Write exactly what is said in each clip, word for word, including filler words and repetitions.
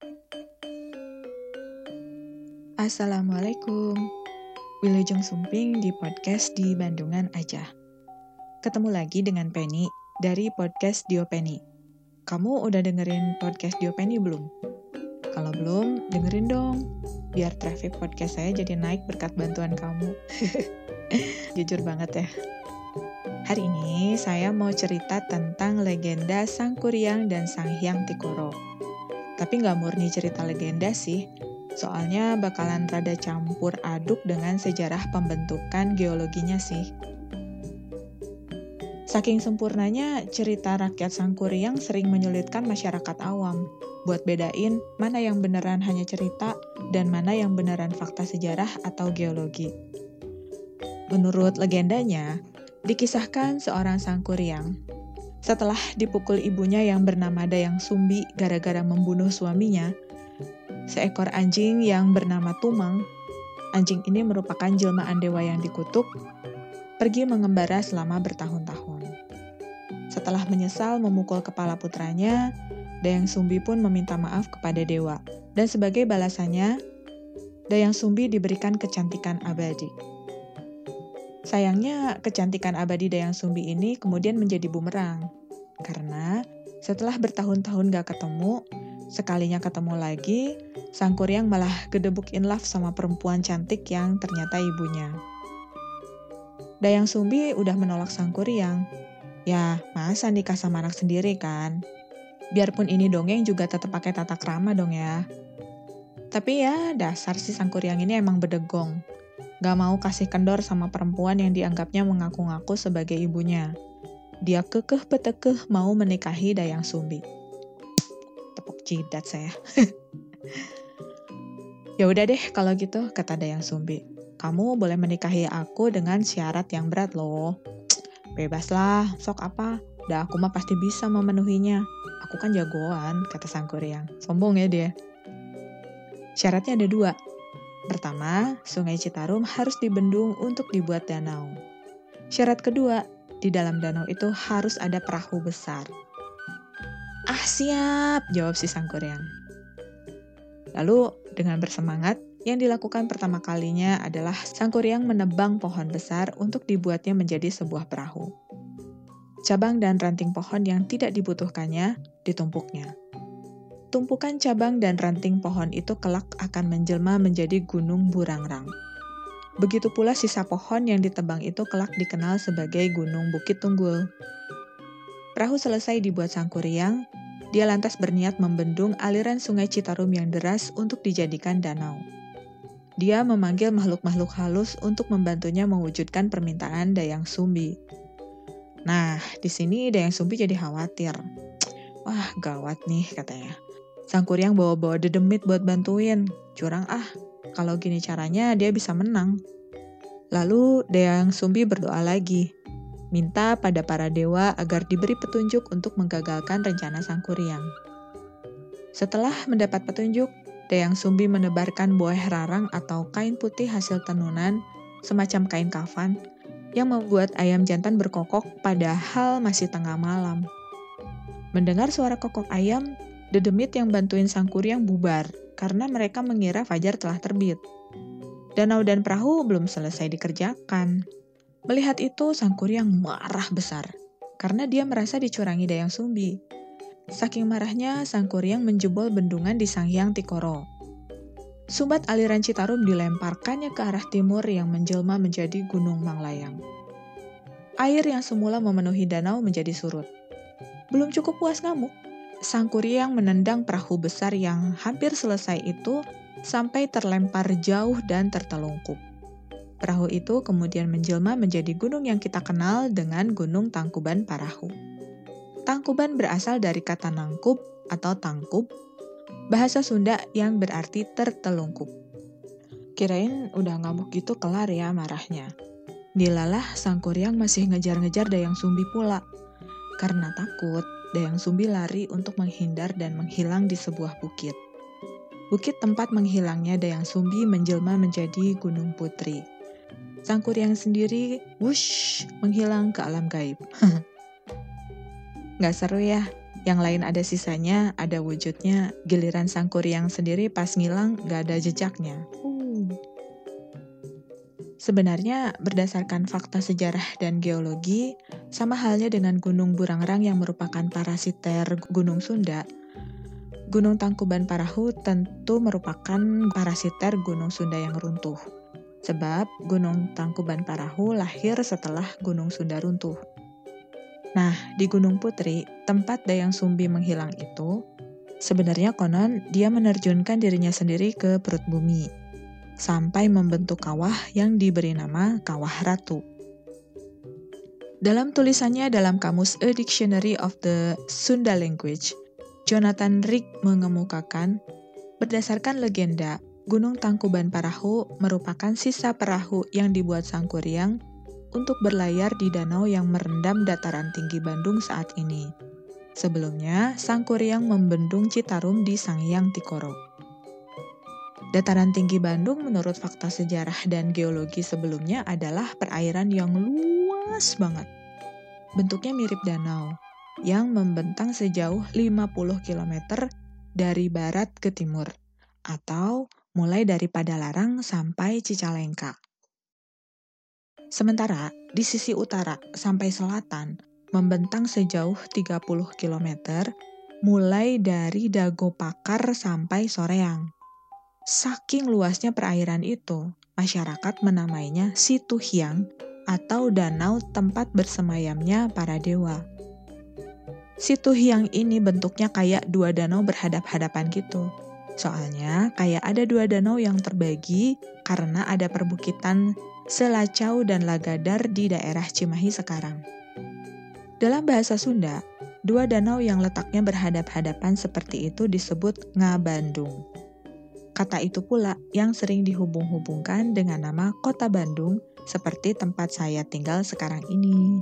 Assalamualaikum, Wilujeng Sumping di podcast di Bandungan aja. Ketemu lagi dengan Penny dari podcast Dio Penny. Kamu udah dengerin podcast Dio Penny belum? Kalau belum, dengerin dong, biar traffic podcast saya jadi naik berkat bantuan kamu. Jujur banget ya. Hari ini saya mau cerita tentang legenda Sang Kuryang dan Sang Hyang Tikoro. Tapi nggak murni cerita legenda sih, soalnya bakalan rada campur aduk dengan sejarah pembentukan geologinya sih. Saking sempurnanya, cerita rakyat Sang Kuryang sering menyulitkan masyarakat awam buat bedain mana yang beneran hanya cerita dan mana yang beneran fakta sejarah atau geologi. Menurut legendanya, dikisahkan seorang Sang Kuryang setelah dipukul ibunya yang bernama Dayang Sumbi gara-gara membunuh suaminya, seekor anjing yang bernama Tumang, anjing ini merupakan jelmaan dewa yang dikutuk, pergi mengembara selama bertahun-tahun. Setelah menyesal memukul kepala putranya, Dayang Sumbi pun meminta maaf kepada dewa, dan sebagai balasannya, Dayang Sumbi diberikan kecantikan abadi. Sayangnya, kecantikan abadi Dayang Sumbi ini kemudian menjadi bumerang, karena setelah bertahun-tahun gak ketemu, sekalinya ketemu lagi, Sang Kuryang malah gedebuk in love sama perempuan cantik yang ternyata ibunya. Dayang Sumbi udah menolak Sang Kuryang. Ya, masa nikah sama anak sendiri kan? Biarpun ini dongeng juga tetap pakai tata krama dong ya. Tapi ya, dasar si Sang Kuryang ini emang bedegong. Gak mau kasih kendor sama perempuan yang dianggapnya mengaku-ngaku sebagai ibunya. Dia kekeh petekeh mau menikahi Dayang Sumbi. Tepuk jidat saya. Ya udah deh kalau gitu, kata Dayang Sumbi. Kamu boleh menikahi aku dengan syarat yang berat loh. Bebaslah, sok apa? Dah aku mah pasti bisa memenuhinya. Aku kan jagoan, kata Sang Kuryang. Sombong ya dia. Syaratnya ada dua. Pertama, Sungai Citarum harus dibendung untuk dibuat danau. Syarat kedua, di dalam danau itu harus ada perahu besar. Ah siap, jawab si Sang Kuryang. Lalu dengan bersemangat, yang dilakukan pertama kalinya adalah Sang Kuryang menebang pohon besar untuk dibuatnya menjadi sebuah perahu. Cabang dan ranting pohon yang tidak dibutuhkannya ditumpuknya. Tumpukan cabang dan ranting pohon itu kelak akan menjelma menjadi Gunung Burangrang. Begitu pula sisa pohon yang ditebang itu kelak dikenal sebagai Gunung Bukit Tunggul. Perahu selesai dibuat Sang Kuryang, dia lantas berniat membendung aliran Sungai Citarum yang deras untuk dijadikan danau. Dia memanggil makhluk-makhluk halus untuk membantunya mewujudkan permintaan Dayang Sumbi. Nah, di sini Dayang Sumbi jadi khawatir. Wah, gawat nih, katanya. Sang Kuryang bawa-bawa dedemit buat bantuin. Curang ah, kalau gini caranya dia bisa menang. Lalu Dayang Sumbi berdoa lagi, minta pada para dewa agar diberi petunjuk untuk menggagalkan rencana Sang Kuryang. Setelah mendapat petunjuk, Dayang Sumbi menebarkan boeh rarang atau kain putih hasil tenunan, semacam kain kafan, yang membuat ayam jantan berkokok padahal masih tengah malam. Mendengar suara kokok ayam, dedemit yang bantuin Sang Kuryang bubar, karena mereka mengira fajar telah terbit. Danau dan perahu belum selesai dikerjakan. Melihat itu, Sang Kuryang marah besar, karena dia merasa dicurangi Dayang Sumbi. Saking marahnya, Sang Kuryang menjebol bendungan di Sang Hyang Tikoro. Sumbat aliran Citarum dilemparkannya ke arah timur yang menjelma menjadi Gunung Manglayang. Air yang semula memenuhi danau menjadi surut. Belum cukup puas ngamuk, Sang Kuryang menendang perahu besar yang hampir selesai itu sampai terlempar jauh dan tertelungkup. Perahu itu kemudian menjelma menjadi gunung yang kita kenal dengan Gunung Tangkuban Parahu. Tangkuban berasal dari kata nangkup atau tangkub, bahasa Sunda yang berarti tertelungkup. Kirain udah ngamuk gitu kelar ya marahnya. Dilalah Sang Kuryang masih ngejar-ngejar Dayang Sumbi pula. Karena takut, Dayang Sumbi lari untuk menghindar dan menghilang di sebuah bukit. Bukit tempat menghilangnya Dayang Sumbi menjelma menjadi Gunung Putri. Sang Kuryang sendiri, wush, menghilang ke alam gaib. Nggak seru ya? Yang lain ada sisanya, ada wujudnya, giliran Sangkuriang sendiri pas ngilang gak ada jejaknya. Uh. Sebenarnya berdasarkan fakta sejarah dan geologi, sama halnya dengan Gunung Burangrang yang merupakan parasiter Gunung Sunda, Gunung Tangkuban Parahu tentu merupakan parasiter Gunung Sunda yang runtuh. Sebab Gunung Tangkuban Parahu lahir setelah Gunung Sunda runtuh. Nah, di Gunung Putri, tempat Dayang Sumbi menghilang itu, sebenarnya konon dia menerjunkan dirinya sendiri ke perut bumi, sampai membentuk kawah yang diberi nama Kawah Ratu. Dalam tulisannya dalam kamus A Dictionary of the Sunda Language, Jonathan Rick mengemukakan, berdasarkan legenda, Gunung Tangkuban Parahu merupakan sisa perahu yang dibuat Sangkuriang untuk berlayar di danau yang merendam dataran tinggi Bandung saat ini. Sebelumnya, Sangkuriang membendung Citarum di Sanghyang Tikoro. Dataran tinggi Bandung menurut fakta sejarah dan geologi sebelumnya adalah perairan yang luas banget. Bentuknya mirip danau, yang membentang sejauh lima puluh kilometer dari barat ke timur, atau mulai dari Padalarang sampai Cicalengka. Sementara di sisi utara sampai selatan membentang sejauh tiga puluh kilometer, mulai dari Dago Pakar sampai Soreang. Saking luasnya perairan itu, masyarakat menamainya Situhiang atau danau tempat bersemayamnya para dewa. Situhiang ini bentuknya kayak dua danau berhadap-hadapan gitu. Soalnya kayak ada dua danau yang terbagi karena ada perbukitan Selacau dan Lagadar di daerah Cimahi sekarang. Dalam bahasa Sunda, dua danau yang letaknya berhadap-hadapan seperti itu disebut Ngabandung. Kata itu pula yang sering dihubung-hubungkan dengan nama Kota Bandung seperti tempat saya tinggal sekarang ini.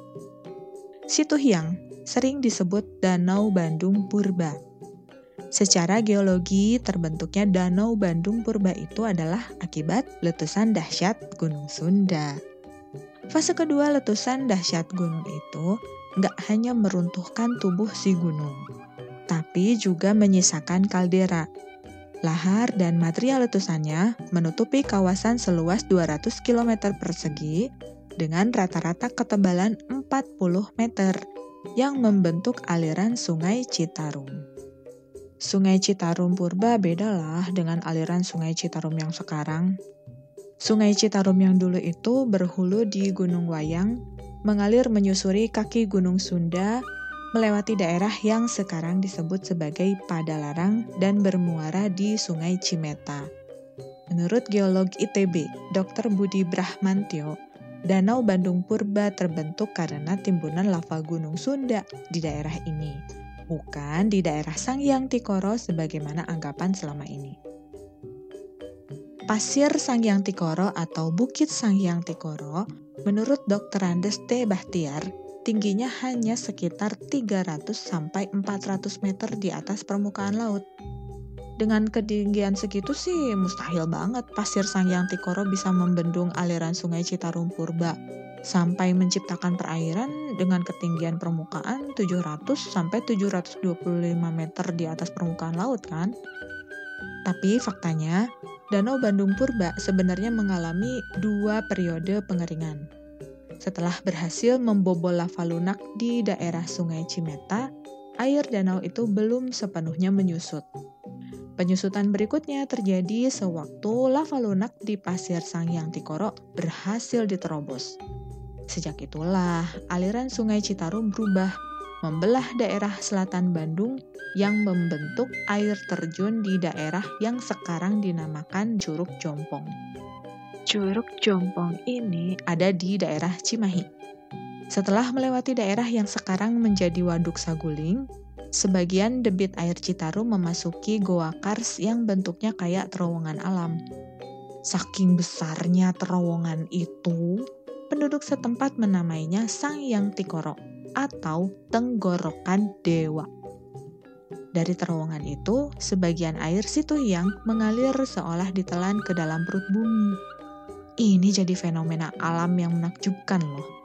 Situhiang sering disebut Danau Bandung Purba. Secara geologi, terbentuknya Danau Bandung Purba itu adalah akibat letusan dahsyat Gunung Sunda. Fase kedua letusan dahsyat gunung itu nggak hanya meruntuhkan tubuh si gunung, tapi juga menyisakan kaldera. Lahar dan material letusannya menutupi kawasan seluas dua ratus kilometer persegi dengan rata-rata ketebalan empat puluh meter yang membentuk aliran Sungai Citarum. Sungai Citarum Purba bedalah dengan aliran Sungai Citarum yang sekarang. Sungai Citarum yang dulu itu berhulu di Gunung Wayang, mengalir menyusuri kaki Gunung Sunda, melewati daerah yang sekarang disebut sebagai Padalarang dan bermuara di Sungai Cimeta. Menurut geolog I T B, dokter Budi Brahmantio, Danau Bandung Purba terbentuk karena timbunan lava Gunung Sunda di daerah ini, bukan di daerah Sanghyang Tikoro sebagaimana anggapan selama ini. Pasir Sanghyang Tikoro atau Bukit Sanghyang Tikoro, menurut dokter Andes T. Bahtiar, tingginya hanya sekitar tiga ratus sampai empat ratus meter di atas permukaan laut. Dengan ketinggian segitu sih mustahil banget pasir Sanghyang Tikoro bisa membendung aliran Sungai Citarum Purba sampai menciptakan perairan dengan ketinggian permukaan tujuh ratus sampai tujuh ratus dua puluh lima meter di atas permukaan laut kan? Tapi faktanya, Danau Bandung Purba sebenarnya mengalami dua periode pengeringan. Setelah berhasil membobol lava lunak di daerah Sungai Cimeta, air danau itu belum sepenuhnya menyusut. Penyusutan berikutnya terjadi sewaktu lava lunak di pasir Sanghyang Tikoro berhasil diterobos. Sejak itulah aliran Sungai Citarum berubah, membelah daerah selatan Bandung yang membentuk air terjun di daerah yang sekarang dinamakan Curug Jompong. Curug Jompong ini ada di daerah Cimahi. Setelah melewati daerah yang sekarang menjadi Waduk Saguling, sebagian debit air Citarum memasuki Goa Kars yang bentuknya kayak terowongan alam. Saking besarnya terowongan itu, penduduk setempat menamainya Sanghyang Tikoro atau Tenggorokan Dewa. Dari terowongan itu, sebagian air Situhiang mengalir seolah ditelan ke dalam perut bumi. Ini jadi fenomena alam yang menakjubkan loh.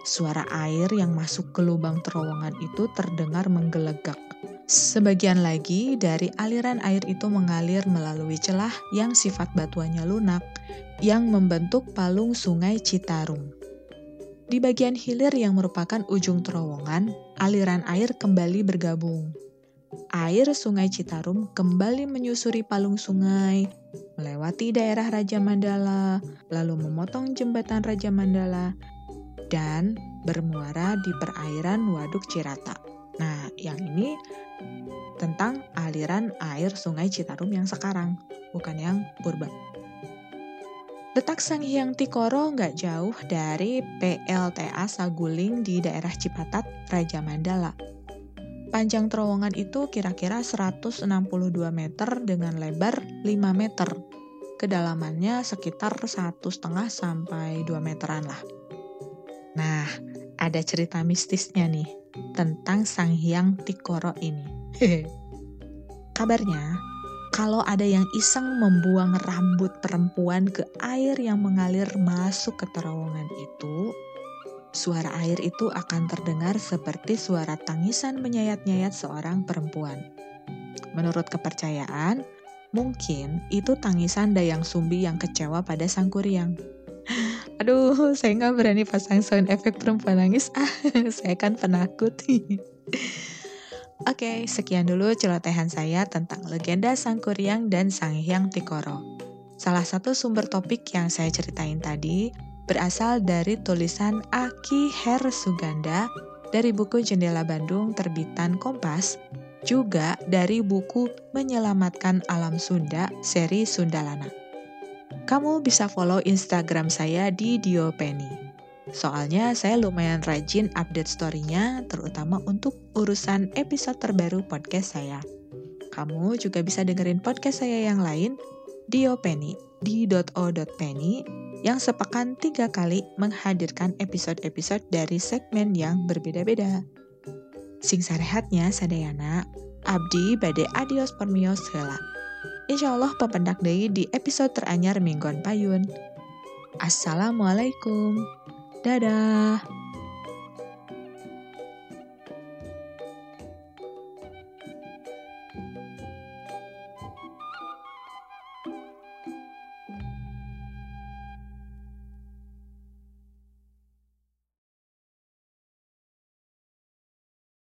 Suara air yang masuk ke lubang terowongan itu terdengar menggelegak. Sebagian lagi dari aliran air itu mengalir melalui celah yang sifat batuannya lunak, yang membentuk palung Sungai Citarum. Di bagian hilir yang merupakan ujung terowongan, aliran air kembali bergabung. Air Sungai Citarum kembali menyusuri palung sungai, melewati daerah Raja Mandala, lalu memotong jembatan Raja Mandala, dan bermuara di perairan Waduk Cirata. Nah, yang ini tentang aliran air Sungai Citarum yang sekarang, bukan yang purba. Letak Sanghyang Tikoro nggak jauh dari P L T A Saguling di daerah Cipatat, Raja Mandala. Panjang terowongan itu kira-kira seratus enam puluh dua meter dengan lebar lima meter. Kedalamannya sekitar satu koma lima sampai dua meteran lah. Nah, ada cerita mistisnya nih tentang Sanghyang Tikoro ini. Kabarnya, kalau ada yang iseng membuang rambut perempuan ke air yang mengalir masuk ke terowongan itu, suara air itu akan terdengar seperti suara tangisan menyayat-nyayat seorang perempuan. Menurut kepercayaan, mungkin itu tangisan Dayang Sumbi yang kecewa pada Sang Kuryang. Aduh, saya nggak berani pasang sound efek perempuan nangis. Ah, saya kan penakut. Oke, sekian dulu celotehan saya tentang legenda Sang Kuryang dan Sanghyang Tikoro. Salah satu sumber topik yang saya ceritain tadi berasal dari tulisan Aki Hersuganda dari buku Jendela Bandung terbitan Kompas, juga dari buku Menyelamatkan Alam Sunda seri Sundalana. Kamu bisa follow Instagram saya di Diopeni. Soalnya saya lumayan rajin update story-nya, terutama untuk urusan episode terbaru podcast saya. Kamu juga bisa dengerin podcast saya yang lain, Diopeni, di o dot penny, yang sepekan tiga kali menghadirkan episode-episode dari segmen yang berbeda-beda. Sing sarehatnya sadayana, abdi bade adios permios heula. Insyaallah papendak deui di episode teranyar minggon payun. Assalamualaikum. Dadah.